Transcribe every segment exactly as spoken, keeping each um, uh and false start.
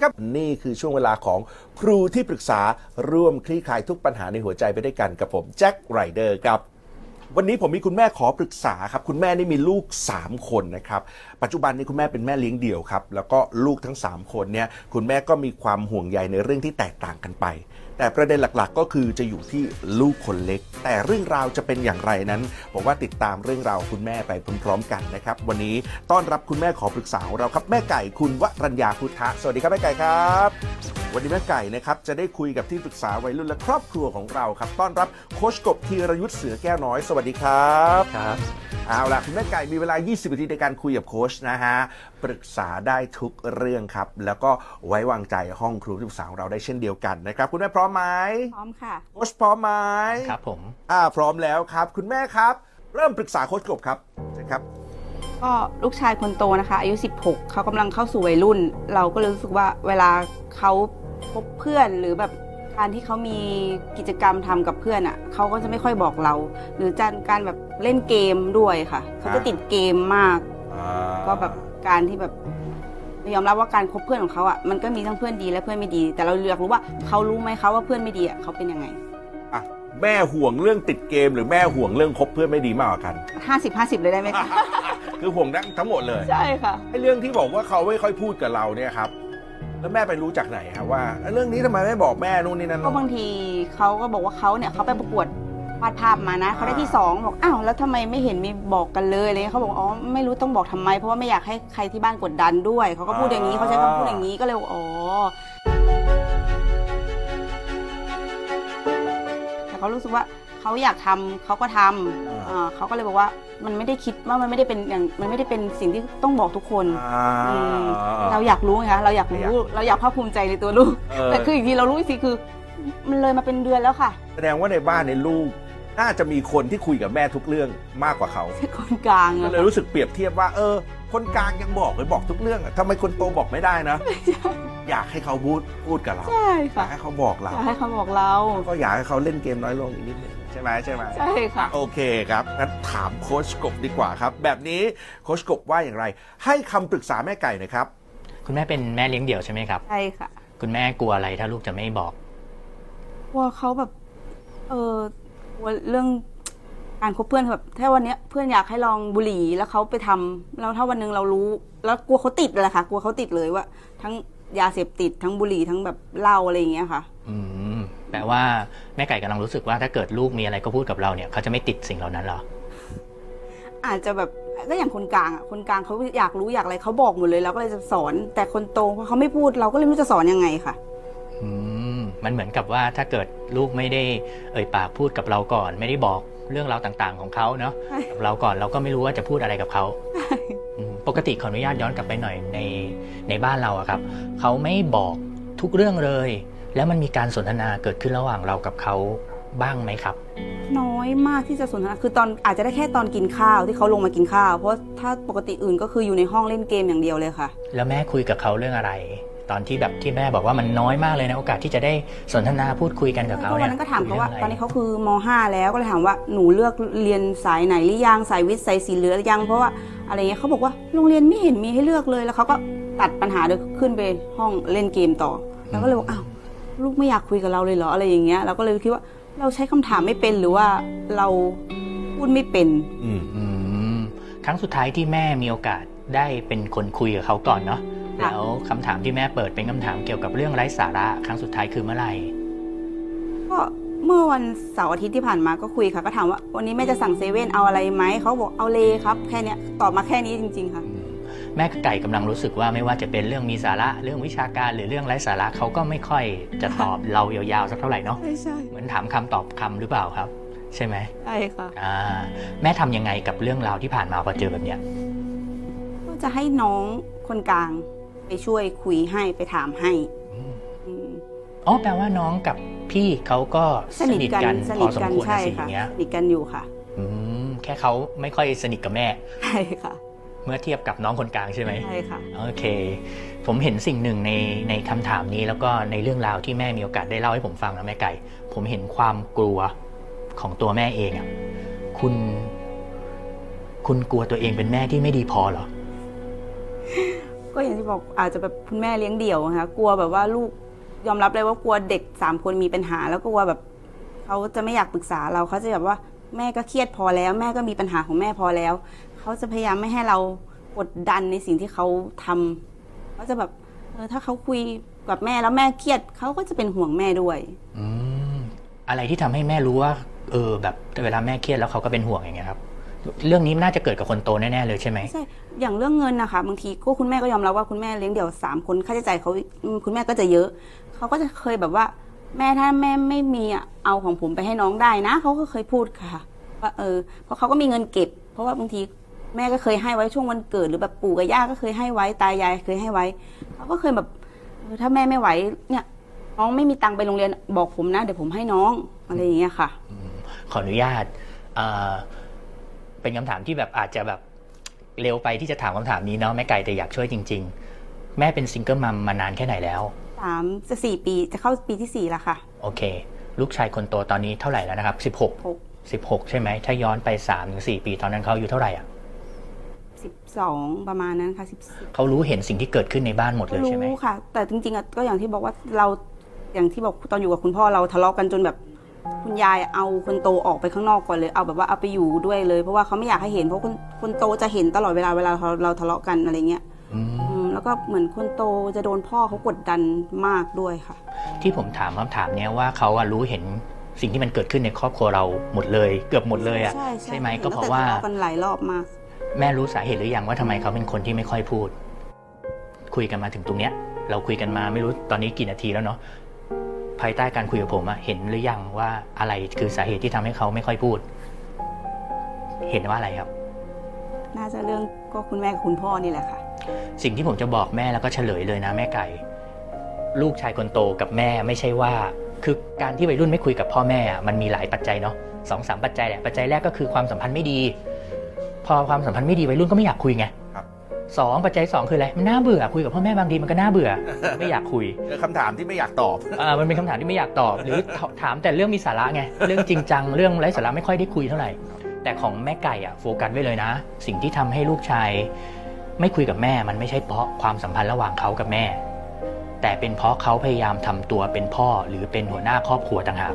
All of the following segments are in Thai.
ครับนี่คือช่วงเวลาของครูที่ปรึกษาร่วมคลี่คลายทุกปัญหาในหัวใจไปด้วยกันกับผมแจ็คไรเดอร์ครับวันนี้ผมมีคุณแม่ขอปรึกษาครับคุณแม่นี่มีลูกสามคนนะครับปัจจุบันนี้คุณแม่เป็นแม่เลี้ยงเดี่ยวครับแล้วก็ลูกทั้งสามคนเนี่ยคุณแม่ก็มีความห่วงใยในเรื่องที่แตกต่างกันไปแต่ประเด็นหลักๆก็คือจะอยู่ที่ลูกคนเล็กแต่เรื่องราวจะเป็นอย่างไรนั้นผมว่าติดตามเรื่องราวคุณแม่ไปพร้อมๆกันนะครับวันนี้ต้อนรับคุณแม่ขอปรึกษาของเราครับแม่ไก่คุณวรัญญาพุทธะสวัสดีครับแม่ไก่ครับวันนี้แม่ไก่นะครับจะได้คุยกับที่ปรึกษาวัยรุ่นและครอบครัวของเราครับต้อนรับโค้ชกบธีรยุทธเสือแก้วน้อยสวัสดีครับครับเอาล่ะคุณแม่ไก่มีเวลายี่สิบนาทีในการคุยกับโค้ชนะฮะปรึกษาได้ทุกเรื่องครับแล้วก็ไว้วางใจห้องครูที่ปรึกษาของเราได้เช่นเดียวกันนะครับคุณแม่พร้อมไหมพร้อมค่ะโค้ชพร้อมไหมครับผมอ่าพร้อมแล้วครับคุณแม่ครับเริ่มปรึกษาโค้ชกบครับใช่ครับก็ลูกชายคนโตนะคะอายุสิบหกเขากำลังเข้าสู่วัยรุ่นเราก็รู้สึกว่าเวลาเขาพบเพื่อนหรือแบบการที่เขามีกิจกรรมทำกับเพื่อนอ่ะเขาก็จะไม่ค่อยบอกเราหรือการแบบเล่นเกมด้วยค่ะเขาจะติดเกมมากก็แบบการที่แบบยอมรับว่าการคบเพื่อนของเขาอ่ะมันก็มีทั้งเพื่อนดีและเพื่อนไม่ดีแต่เราอยากรู้ว่าเขารู้ไหมเขาว่าเพื่อนไม่ดีอ่ะเขาเป็นยังไงอ่ะแม่ห่วงเรื่องติดเกมหรือแม่ห่วงเรื่องคบเพื่อนไม่ดีมากกว่ากันห้าสิบห้าสิบเลยได้ไหมคะคือห่วงทั้งหมดเลยใช่ค่ะไอ้เรื่องที่บอกว่าเขาไม่ค่อยพูดกับเราเนี่ยครับแล้วแม่ไปรู้จากไหนครับว่าเรื่องนี้ทำไมไม่บอกแม่นู่นนี่นั่นก็บางทีเขาก็บอกว่าเขาเนี่ยเขาไปประกวดวาดภาพมานะเขาได้ที่สองบอกอ้าวแล้วทำไมไม่เห็นมีบอกกันเลยอะไรเขาบอกอ๋อไม่รู้ต้องบอกทำไมเพราะว่าไม่อยากให้ใครที่บ้านกดดันด้วยเขาก็พูดอย่างนี้เขาใช้คำพูดอย่างนี้ก็เลยอ๋อแต่เขารู้สึกว่าเขาอยากทำเขาก็ทำเขาก็เลยบอกว่ามันไม่ได้คิดว่ามันไม่ได้เป็นอย่างมันไม่ได้เป็นสิ่งที่ต้องบอกทุกคนเราอยากรู้ไงคะเราอยากรู้เราอยากภาคภูมิใจในตัวลูกแต่คืออีกทีเรารู้อีกทีคือมันเลยมาเป็นเดือนแล้วค่ะแสดงว่าในบ้านในลูกน่าจะมีคนที่คุยกับแม่ทุกเรื่องมากกว่าเขาคนกลางก็เลยรู้สึกเปรียบเทียบว่าเออคนกลางยังบอกเลยบอกทุกเรื่องทำไมคนโตบอกไม่ได้นะอยากให้เขาพูดพูดกับเราใช่ค่ะอยากให้เขาบอกเราอยากให้เขาบอกเราก็อยากให้เขาเล่นเกมน้อยลงอีกนิดนึงใช่ไหมใช่ไหมใช่ค่ะโอเคครับงั้นถามโค้ชกบดีกว่าครับแบบนี้โค้ชกบว่าอย่างไรให้คำปรึกษาแม่ไก่หน่อยครับคุณแม่เป็นแม่เลี้ยงเดี่ยวใช่ไหมครับใช่ค่ะคุณแม่กลัวอะไรถ้าลูกจะไม่บอกกลัวเขาแบบเออกลัวเรื่องการคบเพื่อนแบบถ้าวันนี้เพื่อนอยากให้ลองบุหรี่แล้วเขาไปทำแล้วถ้าวันนึงเรารู้แล้วกลัวเขาติดเลยค่ะกลัวเขาติดเลยว่าทั้งยาเสพติดทั้งบุหรี่ทั้งแบบเหล้าอะไรอย่างเงี้ยค่ะอืมแปลว่าแม่ไก่กำลังรู้สึกว่าถ้าเกิดลูกมีอะไรก็พูดกับเราเนี่ยเขาจะไม่ติดสิ่งเหล่านั้นหรออาจจะแบบก็อย่างคนกลางอ่ะคนกลางเขาอยากรู้อยากอะไรเขาบอกหมดเลยเราก็เลยจะสอนแต่คนโตพอเขาไม่พูดเราก็เลยไม่รู้จะสอนยังไงค่ะอืมมันเหมือนกับว่าถ้าเกิดลูกไม่ได้เอ่ยปากพูดกับเราก่อนไม่ได้บอกเรื่องราวต่างๆของเขาเนาะกับเราก่อนเราก็ไม่รู้ว่าจะพูดอะไรกับเขาปกติขออนุญาตย้อนกลับไปหน่อยในในบ้านเราอะครับเขาไม่บอกทุกเรื่องเลยแล้วมันมีการสนทนาเกิดขึ้นระหว่างเรากับเขาบ้างไหมครับน้อยมากที่จะสนทนาคือตอนอาจจะได้แค่ตอนกินข้าวที่เขาลงมากินข้าวเพราะถ้าปกติอื่นก็คืออยู่ในห้องเล่นเกมอย่างเดียวเลยค่ะแล้วแม่คุยกับเขาเรื่องอะไรตอนที่แบบที่แม่บอกว่ามันน้อยมากเลยนะโอกาสที่จะได้สนทนาพูดคุยกันกับเขาเนี่ยวันนั้นก็ถามเขาว่าตอนนี้เขาคือม.ห้า แล้วก็เลยถามว่าหนูเลือกเรียนสายไหนหรือยังสายวิทย์สายศิลป์หรือยังเพราะว่าอะไรเงี้ยเขาบอกว่าโรงเรียนไม่เห็นมีให้เลือกเลยแล้วเขาก็ตัดปัญหาโดยขึ้นไปห้องเล่นเกมต่อแล้วก็เลยบอกอ้าวลูกไม่อยากคุยกับเราเลยเหรออะไรอย่างเงี้ยเราก็เลยคิดว่าเราใช้คำถามไม่เป็นหรือว่าเราพูดไม่เป็นอืมอืมครั้งสุดท้ายที่แม่มีโอกาสได้เป็นคนคุยกับเขาก่อนเนาะแล้วคำถามที่แม่เปิดเป็นคำถามเกี่ยวกับเรื่องไร้สาระครั้งสุดท้ายคือเมื่อไหร่ก็เมื่อวันเสาร์อาทิตย์ที่ผ่านมาก็คุยค่ะก็ถามว่าวันนี้แม่จะสั่งเซเว่นเอาอะไรไหมเขาบอกเอาเลครับแค่นี้ตอบมาแค่นี้จริงๆค่ะแม่ไก่กำลังรู้สึกว่าไม่ว่าจะเป็นเรื่องมีสาระเรื่องวิชาการหรือเรื่องไร้สาระเขาก็ไม่ค่อยจะตอบเรายาวๆสักเท่าไหร่เนาะใช่เหมือนถามคำตอบคำหรือเปล่าครับใช่ไหมใช่ค่ะอ่าแม่ทำยังไงกับเรื่องราวที่ผ่านมาพอเจอแบบเนี้ยก็จะให้น้องคนกลางไปช่วยคุยให้ไปถามให้อ๋อแปลว่าน้องกับพี่เขาก็สนิทกันพอสมควรนะสิอย่างเงี้ยสนิทกันอยู่ค่ะอืมแค่เขาไม่ค่อยสนิทกับแม่ใช่ค่ะเมื่อเทียบกับน้องคนกลางใช่ไหมใช่ค่ะโอเคผมเห็นสิ่งหนึ่งในในคำถามนี้แล้วก็ในเรื่องราวที่แม่มีโอกาสได้เล่าให้ผมฟังนะแม่ไก่ผมเห็นความกลัวของตัวแม่เองอ่ะคุณคุณกลัวตัวเองเป็นแม่ที่ไม่ดีพอเหรอก็อย่างที่บอกอาจจะแบบคุณแม่เลี้ยงเดี่ยวนะคะกลัวแบบว่าลูกยอมรับเลยว่ากลัวเด็กสามคนมีปัญหาแล้วก็กลัวแบบเขาจะไม่อยากปรึกษาเราเขาจะแบบว่าแม่ก็เครียดพอแล้วแม่ก็มีปัญหาของแม่พอแล้วเขาจะพยายามไม่ให้เรากดดันในสิ่งที่เขาทำเขาจะแบบเออถ้าเขาคุยกับแม่แล้วแม่เครียดเขาก็จะเป็นห่วงแม่ด้วยอืมอะไรที่ทำให้แม่รู้ว่าเออแบบเวลาแม่เครียดแล้วเขาก็เป็นห่วงอย่างเงี้ยครับเรื่องนี้น่าจะเกิดกับคนโตแน่ๆเลยใช่ไหมใช่อย่างเรื่องเงินนะคะบางทีก็คุณแม่ก็ยอมรับว่าคุณแม่เลี้ยงเดี่ยวสามคนค่าใช้จ่ายเขาคุณแม่ก็จะเยอะเขาก็จะเคยแบบว่าแม่ถ้าแม่ไม่มีเอาของผมไปให้น้องได้นะเขาก็เคยพูดค่ะว่าเออเพราะเขาก็มีเงินเก็บเพราะว่าบางทีแม่ก็เคยให้ไว้ช่วงวันเกิดหรือแบบปู่กับย่าก็เคยให้ไว้ตายายเคยให้ไว้เขาก็เคยแบบถ้าแม่ไม่ไหวเนี่ยน้องไม่มีตังค์ไปโรงเรียนบอกผมนะเดี๋ยวผมให้น้องอะไรอย่างเงี้ยค่ะขออนุญาตเป็นคำถามที่แบบอาจจะแบบเร็วไปที่จะถามคำถามนี้เนาะแม่ไก่แต่อยากช่วยจริงๆแม่เป็นซิงเกิลมัมมานานแค่ไหนแล้วสามจะสี่ปีจะเข้าปีที่สี่แล้วค่ะโอเคลูกชายคนโตตอนนี้เท่าไหร่แล้วนะครับสิบหกสิบหกใช่ไหมถ้าย้อนไปสามถึงสี่ปีตอนนั้นเขาอายุเท่าไหร่อ่ะสิบสองประมาณนั้นค่ะสิบเขารู้เห็นสิ่งที่เกิดขึ้นในบ้านหมดเลยใช่ไหมรู้ค่ะแต่จริงๆก็อย่างที่บอกว่าเราอย่างที่บอกตอนอยู่กับคุณพ่อเราทะเลาะกันจนแบบคุณยายเอาคนโตออกไปข้างนอกก่อนเลยเอาแบบว่าเอาไปอยู่ด้วยเลยเพราะว่าเขาไม่อยากให้เห็นเพราะคนคนโตจะเห็นตลอดเวลาเวลาเราเราทะเลาะกันอะไรเงี้ยแล้วก็เหมือนคนโตจะโดนพ่อเขากดดันมากด้วยค่ะที่ผมถามคำถามเนี้ยว่าเขาอะรู้เห็นสิ่งที่มันเกิดขึ้นในครอบครัวเราหมดเลยเกือบหมดเลยอะใช่ไหมก็เพราะว่ากันหลายรอบมากแม่รู้สาเหตุหรือยังว่าทำไมเขาเป็นคนที่ไม่ค่อยพูดคุยกันมาถึงตรงเนี้ยเราคุยกันมาไม่รู้ตอนนี้กี่นาทีแล้วเนาะภายใต้การคุยกับผมอะเห็นหรือยังว่าอะไรคือสาเหตุที่ทำให้เขาไม่ค่อยพูดเห็นว่าอะไรครับน่าจะเรื่องก็คุณแม่กับคุณพ่อนี่แหละค่ะสิ่งที่ผมจะบอกแม่แล้วก็เฉลยเลยนะแม่ไก่ลูกชายคนโตกับแม่ไม่ใช่ว่าคือการที่วัยรุ่นไม่คุยกับพ่อแม่มันมีหลายปัจจัยเนาะสองสามปัจจัยแหละปัจจัยแรกก็คือความสัมพันธ์ไม่ดีพอความสัมพันธ์ไม่ดีวัยรุ่นก็ไม่อยากคุยไงสองปัจจัยสองคืออะไรมันน่าเบื่อคุยกับพ่อแม่บางทีมันก็น่าเบื่อไม่อยากคุยคำถามที่ไม่อยากตอบอ่ามันเป็นคำถามที่ไม่อยากตอบหรือถามแต่เรื่องมีสาระไงเรื่องจริงจังเรื่องไร้สาระไม่ค่อยได้คุยเท่าไหร่แต่ของแม่ไก่อ่ะโฟกัสไว้เลยนะสิ่งที่ทำให้ลูกชายไม่คุยกับแม่มันไม่ใช่เพราะความสัมพันธ์ระหว่างเขากับแม่แต่เป็นเพราะเขาพยายามทำตัวเป็นพ่อหรือเป็นหัวหน้าครอบครัวต่างหาก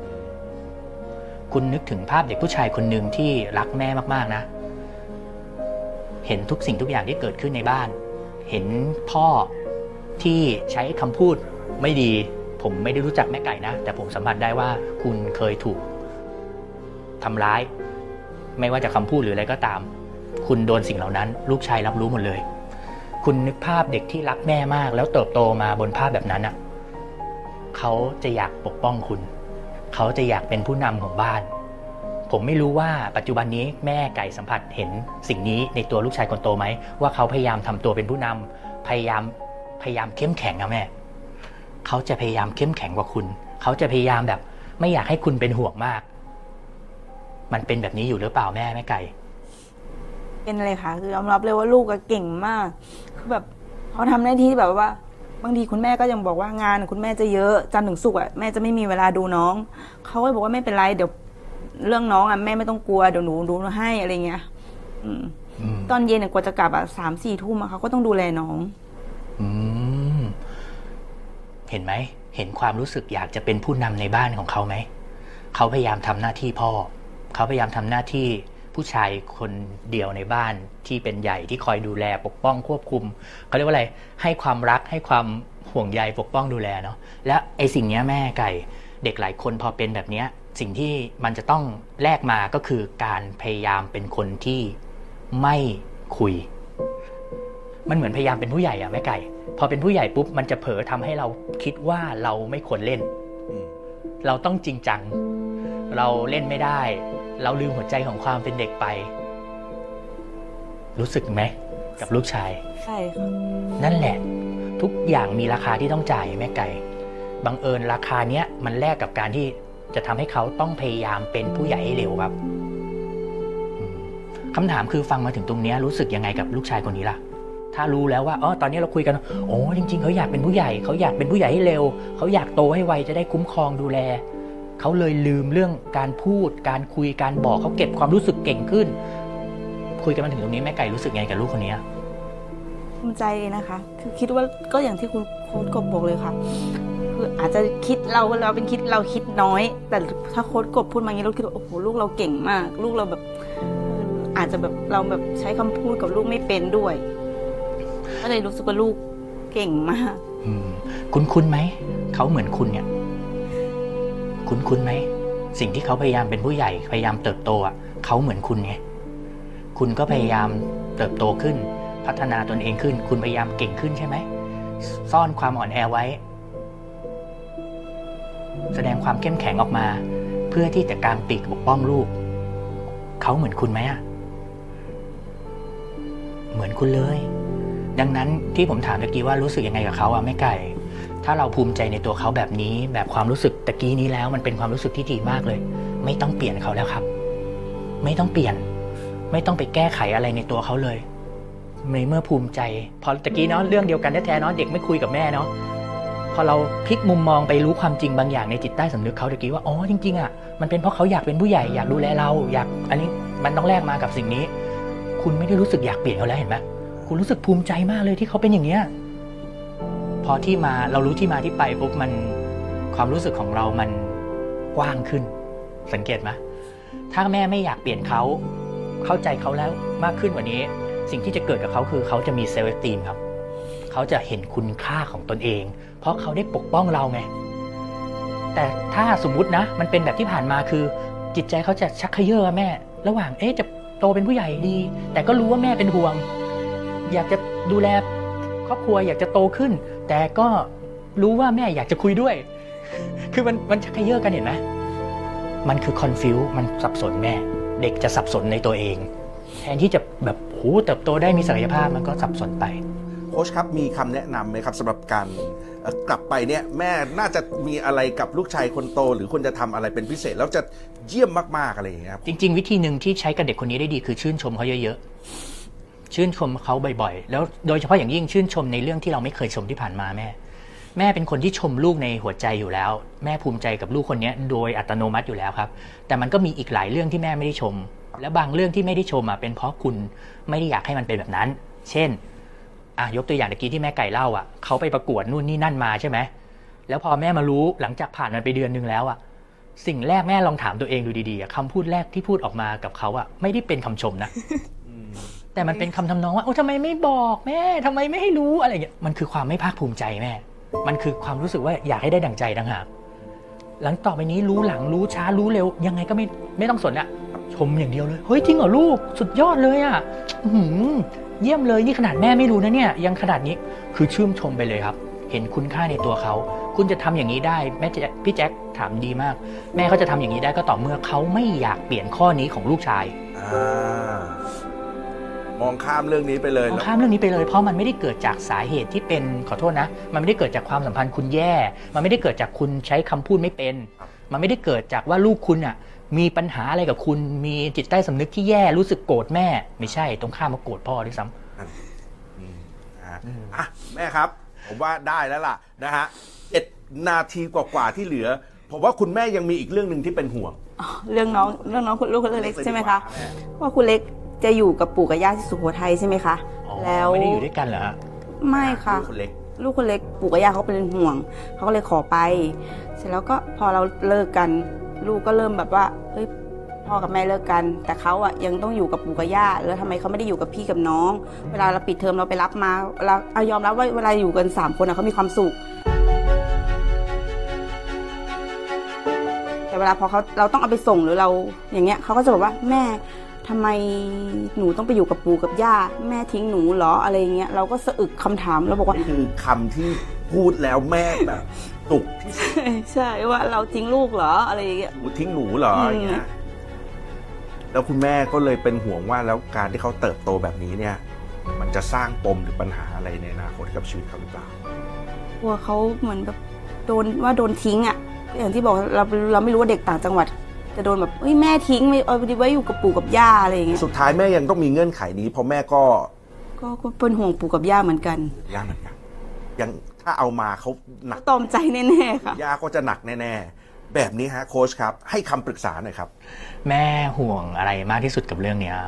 คุณนึกถึงภาพเด็กผู้ชายคนหนึ่งที่รักแม่มากๆนะเห็นทุกสิ่งทุกอย่างที่เกิดขึ้นในบ้านเห็นพ่อที่ใช้คำพูดไม่ดีผมไม่ได้รู้จักแม่ไก่นะแต่ผมสัมผัสได้ว่าคุณเคยถูกทำร้ายไม่ว่าจะคำพูดหรืออะไรก็ตามคุณโดนสิ่งเหล่านั้นลูกชายรับรู้หมดเลยคุณนึกภาพเด็กที่รักแม่มากแล้วเติบโตมาบนภาพแบบนั้นอ่ะเขาจะอยากปกป้องคุณเขาจะอยากเป็นผู้นำของบ้านผมไม่รู้ว่าปัจจุบันนี้แม่ไก่สัมผัสเห็นสิ่งนี้ในตัวลูกชายคนโตไหมว่าเขาพยายามทำตัวเป็นผู้นำพยายามพยายามเข้มแข็งอะแม่เขาจะพยายามเข้มแข็งกว่าคุณเขาจะพยายามแบบไม่อยากให้คุณเป็นห่วงมากมันเป็นแบบนี้อยู่หรือเปล่าแม่แม่ไก่เป็นเลยค่ะคือยอมรับเลยว่าลูกก็เก่งมากคือแบบเขาทำหน้าที่แบบว่าบางทีคุณแม่ก็ยังบอกว่างานคุณแม่จะเยอะจันทร์ถึงศุกร์อ่ะแม่จะไม่มีเวลาดูน้องเขาก็บอกว่าไม่เป็นไรเดี๋ยวเรื่องน้องอ่ะแม่ไม่ต้องกลัวเดี๋ยวหนูดูให้อะไรเงี้ยตอนเย็นเนี่ยกว่าจะกลับอ่ะสามสี่ทุ่มเขาก็ต้องดูแลน้องอืมเห็นไหมเห็นความรู้สึกอยากจะเป็นผู้นำในบ้านของเขาไหมเขาพยายามทำหน้าที่พ่อเขาพยายามทำหน้าที่ผู้ชายคนเดียวในบ้านที่เป็นใหญ่ที่คอยดูแลปกป้องควบคุมเขาเรียกว่าอะไรให้ความรักให้ความห่วงใยปกป้องดูแลเนาะและไอสิ่งนี้แม่ไก่เด็กหลายคนพอเป็นแบบนี้สิ่งที่มันจะต้องแลกมาก็คือการพยายามเป็นคนที่ไม่คุยมันเหมือนพยายามเป็นผู้ใหญ่อะแม่ไก่พอเป็นผู้ใหญ่ปุ๊บมันจะเผลอทำให้เราคิดว่าเราไม่ควรเล่นเราต้องจริงจังเราเล่นไม่ได้เราลืมหัวใจของความเป็นเด็กไปรู้สึกไหมกับลูกชายใช่ค่ะนั่นแหละทุกอย่างมีราคาที่ต้องจ่ายแม่ไก่บังเอิญราคาเนี้ยมันแลกกับการที่จะทำให้เขาต้องพยายามเป็นผู้ใหญ่ให้เร็วครับคำถามคือฟังมาถึงตรงนี้รู้สึกยังไงกับลูกชายคนนี้ล่ะถ้ารู้แล้วว่าอ๋อตอนนี้เราคุยกันโอ้จริงๆเขาอยากเป็นผู้ใหญ่เขาอยากเป็นผู้ใหญ่ให้เร็วเขาอยากโตให้ไวจะได้คุ้มครองดูแลเขาเลยลืมเรื่องการพูดการคุยการบอกเขาเก็บความรู้สึกเก่งขึ้นคุยกันมาถึงตรงนี้แม่ไก่รู้สึกไงกับลูกคนนี้ภูมิใจนะคะ คือคิดว่าก็อย่างที่คุณโค้ชกบบอกเลยค่ะคืออาจจะคิดเราเราเป็นคิดเราคิดน้อย แต่ถ้าโค้ชกบพูดมาอย่างนี้เราคิดว่าโอ้โหลูกเราเก่งมาก ลูกเราแบบอาจจะแบบเราแบบใช้คำพูดกับลูกไม่เป็นด้วยก็เลยรู้สึกว่าลูกเก่งมากคุ้นคุ้นไหมเขาเหมือนคุณเนี่ยคุ้นคุ้นไหมสิ่งที่เขาพยายามเป็นผู้ใหญ่พยายามเติบโตอ่ะเขาเหมือนคุณไงคุณก็พยายามเติบโตขึ้นพัฒนาตนเองขึ้นคุณพยายามเก่งขึ้นใช่ไหมซ่อนความอ่อนแอไว้แสดงความเข้มแข็งออกมาเพื่อที่จะกางปีกปกป้องลูกเขาเหมือนคุณไหมอ่ะเหมือนคุณเลยดังนั้นที่ผมถามตะกี้ว่ารู้สึกยังไงกับเขาอ่ะแม่ไก่ถ้าเราภูมิใจในตัวเขาแบบนี้แบบความรู้สึกตะกี้นี้แล้วมันเป็นความรู้สึกที่ดีมากเลยไม่ต้องเปลี่ยนเขาแล้วครับไม่ต้องเปลี่ยนไม่ต้องไปแก้ไขอะไรในตัวเขาเลยในเมื่อภูมิใจพอตะกี้เนาะเรื่องเดียวกันแท้ๆเนาะเด็กไม่คุยกับแม่เนาะพอเราพลิกมุมมองไปรู้ความจริงบางอย่างในจิตใต้สำนึกเขาตะกี้ว่าอ๋อจริงๆอ่ะมันเป็นเพราะเขาอยากเป็นผู้ใหญ่อยากดูแลเราอยากอันนี้มันต้องแลกมากับสิ่งนี้คุณไม่ได้รู้สึกอยากเปลี่ยนเขาแล้วเห็นไหมคุณรู้สึกภูมิใจมากเลยที่เขาเป็นอย่างเนี้ยพอที่มาเรารู้ที่มาที่ไปปุ๊บมันความรู้สึกของเรามันกว้างขึ้นสังเกตไหมถ้าแม่ไม่อยากเปลี่ยนเขาเข้าใจเขาแล้วมากขึ้นกว่านี้สิ่งที่จะเกิดกับเขาคือเขาจะมีเซลฟ์เอสตีมครับเขาจะเห็นคุณค่าของตนเองเพราะเขาได้ปกป้องเราไงแต่ถ้าสมมุตินะมันเป็นแบบที่ผ่านมาคือจิตใจเขาจะชักเขย่อแม่ระหว่างเอ๊ะจะโตเป็นผู้ใหญ่ดีแต่ก็รู้ว่าแม่เป็นห่วงอยากจะดูแลครอบครัวอยากจะโตขึ้นแต่ก็รู้ว่าแม่อยากจะคุยด้วยคือมันมันชักเขย่อกันเห็นไหมมันคือคอนฟิวมันสับสนแม่เด็กจะสับสนในตัวเองแทนที่จะแบบโหเติบโตได้มีศักยภาพมันก็สับสนไปโค้ชครับมีคำแนะนำไหมครับสำหรับการกลับไปเนี่ยแม่น่าจะมีอะไรกับลูกชายคนโตหรือคนจะทำอะไรเป็นพิเศษแล้วจะเยี่ยมมากๆอะไรอย่างเงี้ยครับจริงๆวิธีหนึ่งที่ใช้กับเด็กคนนี้ได้ดีคือชื่นชมเขาเยอะๆชื่นชมเขาบ่อยๆแล้วโดยเฉพาะอย่างยิ่งชื่นชมในเรื่องที่เราไม่เคยชมที่ผ่านมาแม่แม่เป็นคนที่ชมลูกในหัวใจอยู่แล้วแม่ภูมิใจกับลูกคนนี้โดยอัตโนมัติอยู่แล้วครับแต่มันก็มีอีกหลายเรื่องที่แม่ไม่ได้ชมและบางเรื่องที่ไม่ได้ชมอ่ะเป็นเพราะคุณไม่ได้อยากให้มันเป็นแบบนั้นเช่นอ่ะยกตัวอย่างตะกี้ที่แม่ไก่เล่าอ่ะเขาไปประกวดนู่นนี่นั่นมาใช่ไหมแล้วพอแม่มารู้หลังจากผ่านมันไปเดือนนึงแล้วอ่ะสิ่งแรกแม่ลองถามตัวเองดูดีๆคำพูดแรกที่พูดออกมากับเขาอ่ะไม่ได้เป็นคำชมนะแต่มันเป็นคำทำนองว่าโอ้ทำไมไม่บอกแม่ทำไมไม่ให้รู้อะไรอย่างเงี้ยมันคือความไม่ภาคภูมิใจแม่มันคือความรู้สึกว่าอยากให้ได้ดั่งใจต่างหากหลังต่อไปนี้รู้หลังรู้ช้ารู้เร็วยังไงก็ไม่ไม่ต้องสนอะชมอย่างเดียวเลยเฮ้ยจริงเหรอลูกสุดยอดเลยอะเยี่ยมเลยนี่ขนาดแม่ไม่รู้นะเนี่ยยังขนาดนี้คือชื่นชมไปเลยครับเห็นคุณค่าในตัวเขาคุณจะทำอย่างนี้ได้แม่พี่แจ็คถามดีมากแม่เขาจะทำอย่างนี้ได้ก็ต่อเมื่อเขาไม่อยากเปลี่ยนข้อนี้ของลูกชายมองข้ามเรื่องนี้ไปเลยมองข้ามเรื่องนี้ไปเลยเพราะมันไม่ได้เกิดจากสาเหตุที่เป็นขอโทษนะมันไม่ได้เกิดจากความสัมพันธ์คุณแย่มันไม่ได้เกิดจากคุณใช้คำพูดไม่เป็นมันไม่ได้เกิดจากว่าลูกคุณอ่ะมีปัญหาอะไรกับคุณมีจิตใต้สำนึกที่แย่รู้สึกโกรธแม่ไม่ใช่ตรงข้ามมาโกรธพ่อด้วยซ้ำอ่ะแม่ครับผมว่าได้แล้วล่ะนะฮะเจ็ดนาทีกว่าๆที่เหลือผมว่าคุณแม่ยังมีอีกเรื่องหนึ่งที่เป็นห่วงเรื่องน้องเรื่องน้องคุณลูกคนเล็กใช่ไหมคะว่าคุณเล็กจะอยู่กับปู่กับย่าที่สุโขทัยใช่ไหมคะแล้วไม่ได้อยู่ด้วยกันเหรอไม่ค่ะลูกคนเล็กลูกคนเล็กปู่กับย่าเขาเป็นห่วงเขาก็เลยขอไปเสร็จแล้วก็พอเราเลิกกันลูกก็เริ่มแบบว่าเฮ้ยพ่อกับแม่เลิกกันแต่เขาอ่ะยังต้องอยู่กับปู่กับย่าแล้วทำไมเขาไม่ได้อยู่กับพี่กับน้องเวลาเราปิดเทอมเราไปรับมาเราเอายอมรับว่าเวลาอยู่กันสามคนอ่ะเขามีความสุขแต่เวลาพอเขาเราต้องเอาไปส่งหรือเราอย่างเงี้ยเขาก็จะบอกว่าแม่ทำไมหนูต้องไปอยู่กับปู่กับย่าแม่ทิ้งหนูเหรออะไรเงี้ยเราก็สะอึกคำถามเราบอกว่านี่คือคำที่พูดแล้วแม่แบบตุกที่สุดใช่ว่าเราทิ้งลูกเหรออะไรอย่างเงี้ยหนูทิ้งหนูเหรออย่างเงี้ยแล้วคุณแม่ก็เลยเป็นห่วงว่าแล้วการที่เขาเติบโตแบบนี้เนี่ยมันจะสร้างปมหรือปัญหาอะไรในอนาคตกับชีวิตเขาหรือเปล่ากลัวเขาเหมือนแบบโดนว่าโดนทิ้งอ่ะอย่างที่บอกเราเราไม่รู้ว่าเด็กต่างจังหวัดจะโดนแบบเฮ้ยแม่ทิ้งไม่เอาไปไว้อยู่กับปู่กับย่าอะไรอย่างเงี้ยสุดท้ายแม่ยังต้องมีเงื่อนไขนี้เพราะแม่ก็ก็เป็นห่วงปู่กับย่าเหมือนกันย่าเหมือนกันยังถ้าเอามาเขาหนักตอมใจแน่ๆค่ะย่าก็จะหนักแน่ๆแบบนี้ฮะโค้ชครับให้คำปรึกษาหน่อยครับแม่ห่วงอะไรมากที่สุดกับเรื่องเนี้ย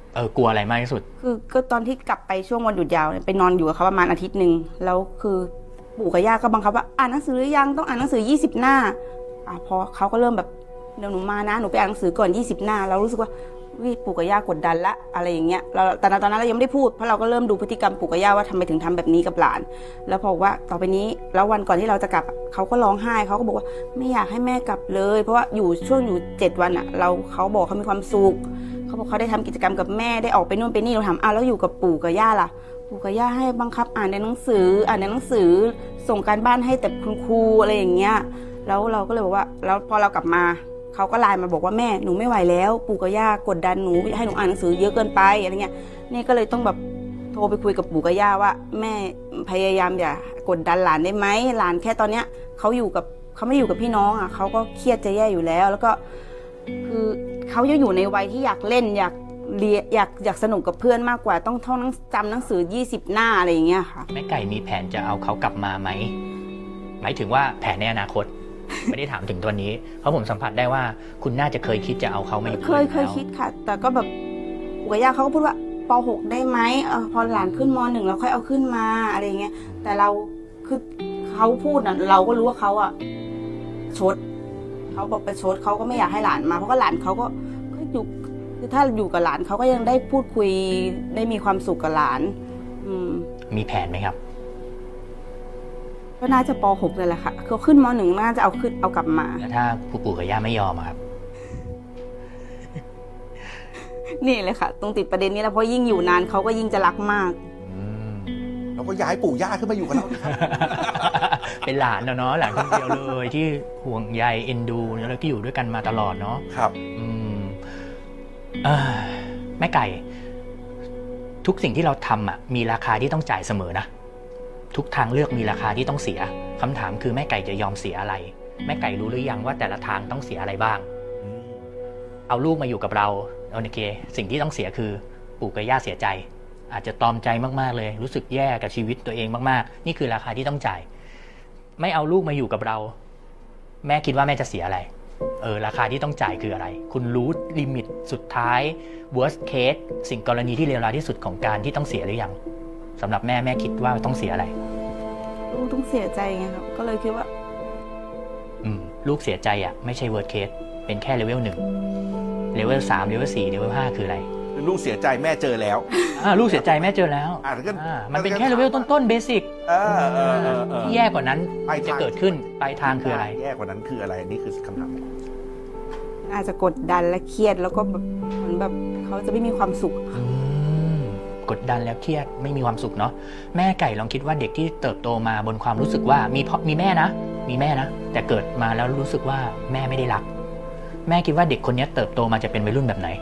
เออกลัวอะไรมากที่สุดคือก็ตอนที่กลับไปช่วงวันหยุดยาวเนี่ยไปนอนอยู่กับเขาประมาณอาทิตย์หนึ่งแล้วคือปู่กับย่าก็บังคับว่าอ่านหนังสือหรือยังต้องอ่านหนังสือยี่สิบหน้าอ่ะพอเขาก็เริ่มแบบเดี๋ยวหนูมานะหนูไปอ่านหนังสือก่อนยี่สิบหน้าเรารู้สึกว่าวิปู่กับย่ากดดันละอะไรอย่างเงี้ยเราแต่ตอนนั้นเรายังไม่ได้พูดเพราะเราก็เริ่มดูพฤติกรรมปู่กับย่าว่าทำไมถึงทำแบบนี้กับหลานแล้วพอว่าต่อไปนี้แล้ววันก่อนที่เราจะกลับเขาก็ร้องไห้เขาก็บอกว่าไม่อยากให้แม่กลับเลยเพราะว่าอยู่ช่วงอยู่เจ็ดวันอ่ะเราเขาบอกเขามีความสุขเขาบอกเขาได้ทำกิจกรรมกับแม่ได้ออกไปนู่นไปนี่เราถามอ้าวแล้วอยู่กับปู่กับย่าล่ะปู่กับย่าให้บังคับอ่านในหนังสืออ่านในหนังสือส่งการบ้านให้แต่คุณครูอะไรอย่างเงี้ยแล้วเราก็เลยบอกว่าแล้วพอเรากลับมาเขาก็ไลน์มาบอกว่าแม่หนูไม่ไหวแล้วปู่กับย่ากดดันหนูให้หนูอ่านหนังสือเยอะเกินไปอะไรเงี้ยนี่ก็เลยต้องแบบโทรไปคุยกับปู่กับย่าว่าแม่พยายามอย่ากดดันหลานได้ไหมหลานแค่ตอนเนี้ยเขาอยู่กับเขาไม่อยู่กับพี่น้องอ่ะเขาก็เครียดจะแย่อยู่แล้วแล้วก็คือเขายังอยู่ในวัยที่อยากเล่นอยากเรียนอยากอยากสนุกกับเพื่อนมากกว่าต้องท่องจำหนังสือยี่สิบหน้าอะไรอย่างเงี้ยค่ะแม่ไก่มีแผนจะเอาเขากลับมาไหมหมายถึงว่าแผนในอนาคต ไม่ได้ถามถึงตัวนี้เพราะผมสัมผัสได้ว่าคุณน่าจะเคยคิดจะเอาเขามาอยู่ด้วยเคยเคยคิดค่ะแต่ก็แบบปู่กับย่าเขาก็พูดว่าป หก ได้ไหมเออพอหลานขึ้นม หนึ่งเราค่อยเอาขึ้นมาอะไรเงี้ยแต่เราคือเขาพูดน่ะเราก็รู้ว่าเขาอะชดเขาบอกไปชดเขาก็ไม่อยากให้หลานมาเพราะว่าหลานเขาก็ก็อยู่คือถ้าอยู่กับหลานเขาก็ยังได้พูดคุยได้มีความสุขกับหลานอืมมีแผนไหมครับก็น่าจะป หก เลยแหละค่ะเขาขึ้นม หนึ่งน่าจะเอาขึ้นเอากลับมาแล้วถ้าปู่กับย่าไม่ยอมครับนี่เลยค่ะตรงติดประเด็นนี้แล้วเพราะยิ่งอยู่นานเขาก็ยิ่งจะรักมากเราก็ย้ายปู่ย่าขึ้นมาอยู่กับเราเป็นหลานเนาะหลานคนเดียวเลยที่ห่วงใยเอ็นดูแล้วก็อยู่ด้วยกันมาตลอดเนาะครับอืมแม่ไก่ทุกสิ่งที่เราทำอ่ะมีราคาที่ต้องจ่ายเสมอนะทุกทางเลือกมีราคาที่ต้องเสียคำถามคือแม่ไก่จะยอมเสียอะไรแม่ไก่รู้หรือยังว่าแต่ละทางต้องเสียอะไรบ้างเอาลูกมาอยู่กับเราโอเคสิ่งที่ต้องเสียคือปู่กับย่าเสียใจอาจจะตอมใจมากๆเลยรู้สึกแย่กับชีวิตตัวเองมากๆนี่คือราคาที่ต้องจ่ายไม่เอาลูกมาอยู่กับเราแม่คิดว่าแม่จะเสียอะไรเออราคาที่ต้องจ่ายคืออะไรคุณรู้ลิมิตสุดท้าย worst case สิ่งกรณีที่เลวร้ายที่สุดของการที่ต้องเสียหรือยังสำหรับแม่แม่คิดว่าต้องเสียอะไรลูกต้องเสียใจไงครับก็เลยคิดว่าอืมลูกเสียใจอ่ะไม่ใช่ worst case เป็นแค่เลเวลหนึ่งเลเวลสามเลเวลสี่เลเวลห้าคืออะไรลูกเสียใจแม่เจอแล้วอ่าลูกเสียใจแม่เจอแล้วอ่ามันเป็นแค่เลเวลต้นๆเบสิกที่แย่กว่านั้นจะเกิดขึ้นปลายทางคืออะไรแย่กว่านั้นคืออะไรนี่คือคำถามอาจจะกดดันและเครียดแล้วก็แบบเหมือนแบบเขาจะไม่มีความสุขกดดันแล้วเครียดไม่มีความสุขเนาะแม่ไก่ลองคิดว่าเด็กที่เติบโตมาบนความรู้สึกว่ามีพ่อมีแม่นะมีแม่นะแต่เกิดมาแล้วรู้สึกว่าแม่ไม่ได้รักแม่คิดว่าเด็กคนนี้เติบโตมาจะเป็นวัยรุ่นแบบไหน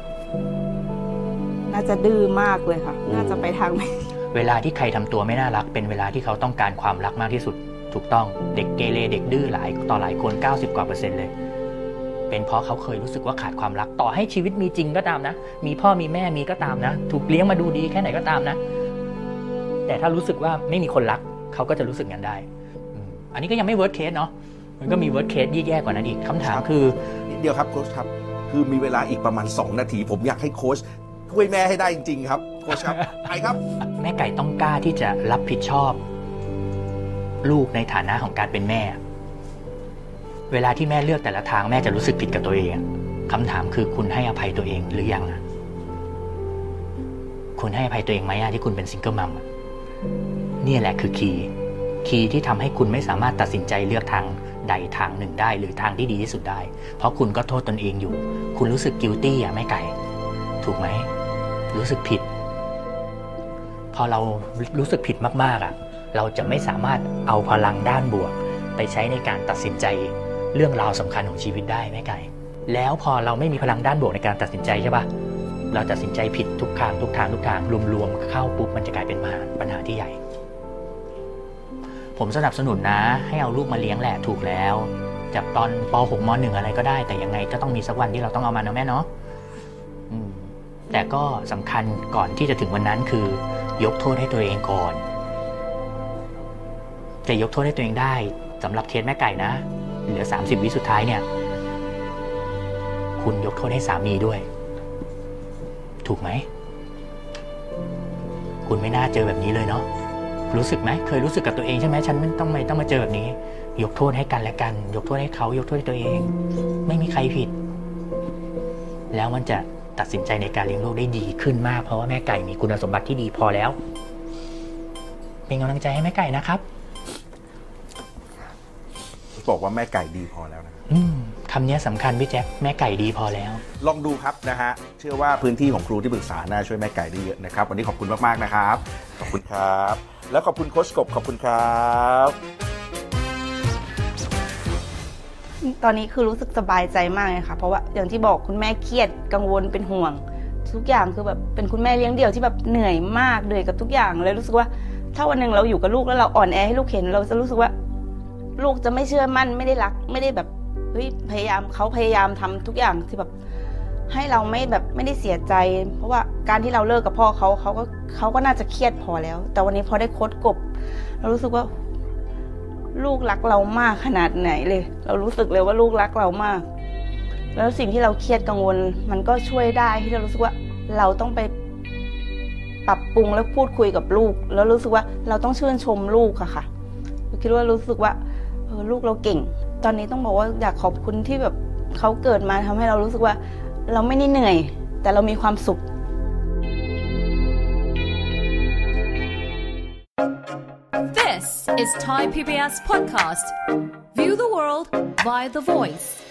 น่าจะดื้อมากเลยค่ะน่าจะไปทางไม่เวลาที่ใครทำตัวไม่น่ารักเป็นเวลาที่เขาต้องการความรักมากที่สุดถูกต้องเด็กเกเรเด็กดื้อหลายต่อหลายคนเก้าสิบกว่าเปอร์เซ็นต์เลยเป็นเพราะเขาเคยรู้สึกว่าขาดความรักต่อให้ชีวิตมีจริงก็ตามนะมีพ่อมีแม่มีก็ตามนะถูกเลี้ยงมาดูดีแค่ไหนก็ตามนะแต่ถ้ารู้สึกว่าไม่มีคนรักเขาก็จะรู้สึกงั้นได้อันนี้ก็ยังไม่ worst case เนาะมันก็มี worst case แย่กว่านั้นอีกคำถามคือนิดเดียวครับโค้ชครับคือมีเวลาอีกประมาณสองนาทีผมอยากให้โค้ชช่วยแม่ให้ได้จริงๆครับโค้ชครับไปครับแม่ไก่ต้องกล้าที่จะรับผิดชอบลูกในฐานะของการเป็นแม่เวลาที่แม่เลือกแต่ละทางแม่จะรู้สึกผิดกับตัวเองคำถามคือคุณให้อภัยตัวเองหรือยังคุณให้อภัยตัวเองไหมที่คุณเป็นซิงเกิลมัมนี่แหละคือคีย์คีย์ที่ทำให้คุณไม่สามารถตัดสินใจเลือกทางใดทางหนึ่งได้หรือทางที่ดีที่สุดได้เพราะคุณก็โทษตนเองอยู่คุณรู้สึกกิลตี้อ่ะแม่ไก่ถูกไหมรู้สึกผิดพอเรารู้สึกผิดมากๆอ่ะเราจะไม่สามารถเอาพลังด้านบวกไปใช้ในการตัดสินใจเรื่องราวสำคัญของชีวิตได้แม่ไก่แล้วพอเราไม่มีพลังด้านบวกในการตัดสินใจใช่ปะเราตัดสินใจผิดทุกทางทุกทางทุกทางรวมๆเข้าปุ๊บมันจะกลายเป็นปัญหาที่ใหญ่ผมสนับสนุนนะให้เอาลูกมาเลี้ยงแหละถูกแล้วจากตอนป หก ม หนึ่งอะไรก็ได้แต่ยังไงก็ต้องมีสักวันที่เราต้องเอามาเนาะแม่เนาะแต่ก็สำคัญก่อนที่จะถึงวันนั้นคือยกโทษให้ตัวเองก่อนจะยกโทษให้ตัวเองได้สำหรับเคสแม่ไก่นะเหลือสามสิบวิสุดท้ายเนี่ยคุณยกโทษให้สามีด้วยถูกไหมคุณไม่น่าเจอแบบนี้เลยเนาะรู้สึกไหมเคยรู้สึกกับตัวเองใช่ไหมฉันไม่ต้องไม่ต้องมาเจอแบบนี้ยกโทษให้กันและกันยกโทษให้เขายกโทษให้ตัวเองไม่มีใครผิดแล้วมันจะตัดสินใจในการเลี้ยงลูกได้ดีขึ้นมากเพราะว่าแม่ไก่มีคุณสมบัติที่ดีพอแล้วเป็นกำลังใจให้แม่ไก่นะครับบอกว่าแม่ไก่ดีพอแล้วนะอืมคำนี้สำคัญพี่แจ็คแม่ไก่ดีพอแล้วลองดูครับนะฮะเชื่อว่าพื้นที่ของครูที่ปรึกษาน่าช่วยแม่ไก่ได้เยอะนะครับวันนี้ขอบคุณมากๆนะครับขอบคุณครับแล้วขอบคุณโค้ชกบขอบคุณครับตอนนี้คือรู้สึกสบายใจมากเลยค่ะเพราะว่าอย่างที่บอกคุณแม่เครียดกังวลเป็นห่วงทุกอย่างคือแบบเป็นคุณแม่เลี้ยงเดี่ยวที่แบบเหนื่อยมากเหนื่อยกับทุกอย่างเลยรู้สึกว่าถ้าวันหนึ่งเราอยู่กับลูกแล้วเราอ่อนแอให้ลูกเห็นเราจะรู้สึกว่าลูกจะไม่เชื่อมั่นไม่ได้รักไม่ได้แบบเฮ้ยพยายามเขาพยายามทำทุกอย่างที่แบบให้เราไม่แบบไม่ได้เสียใจเพราะว่าการที่เราเลิกกับพ่อเขาเขาก็เขาก็น่าจะเครียดพอแล้วแต่วันนี้พอได้โค้ชกบเรารู้สึกว่าลูกรักเรามากขนาดไหนเลยเรารู้สึกเลยว่าลูกรักเรามากแล้วสิ่งที่เราเครียดกังวลมันก็ช่วยได้ที่เรารู้สึกว่าเราต้องไปปรับปรุงแล้วพูดคุยกับลูกแล้วรู้สึกว่าเราต้องชื่นชมลูกอะค่ะคิดว่ารู้สึกว่าเออลูกเราเก่งตอนนี้ต้องบอกว่าอยากขอบคุณที่แบบเขาเกิดมาทำให้เรารู้สึกว่าเราไม่ได้เหนื่อยแต่เรามีความสุข This is Thai พี บี เอส podcast. View the world via The Voice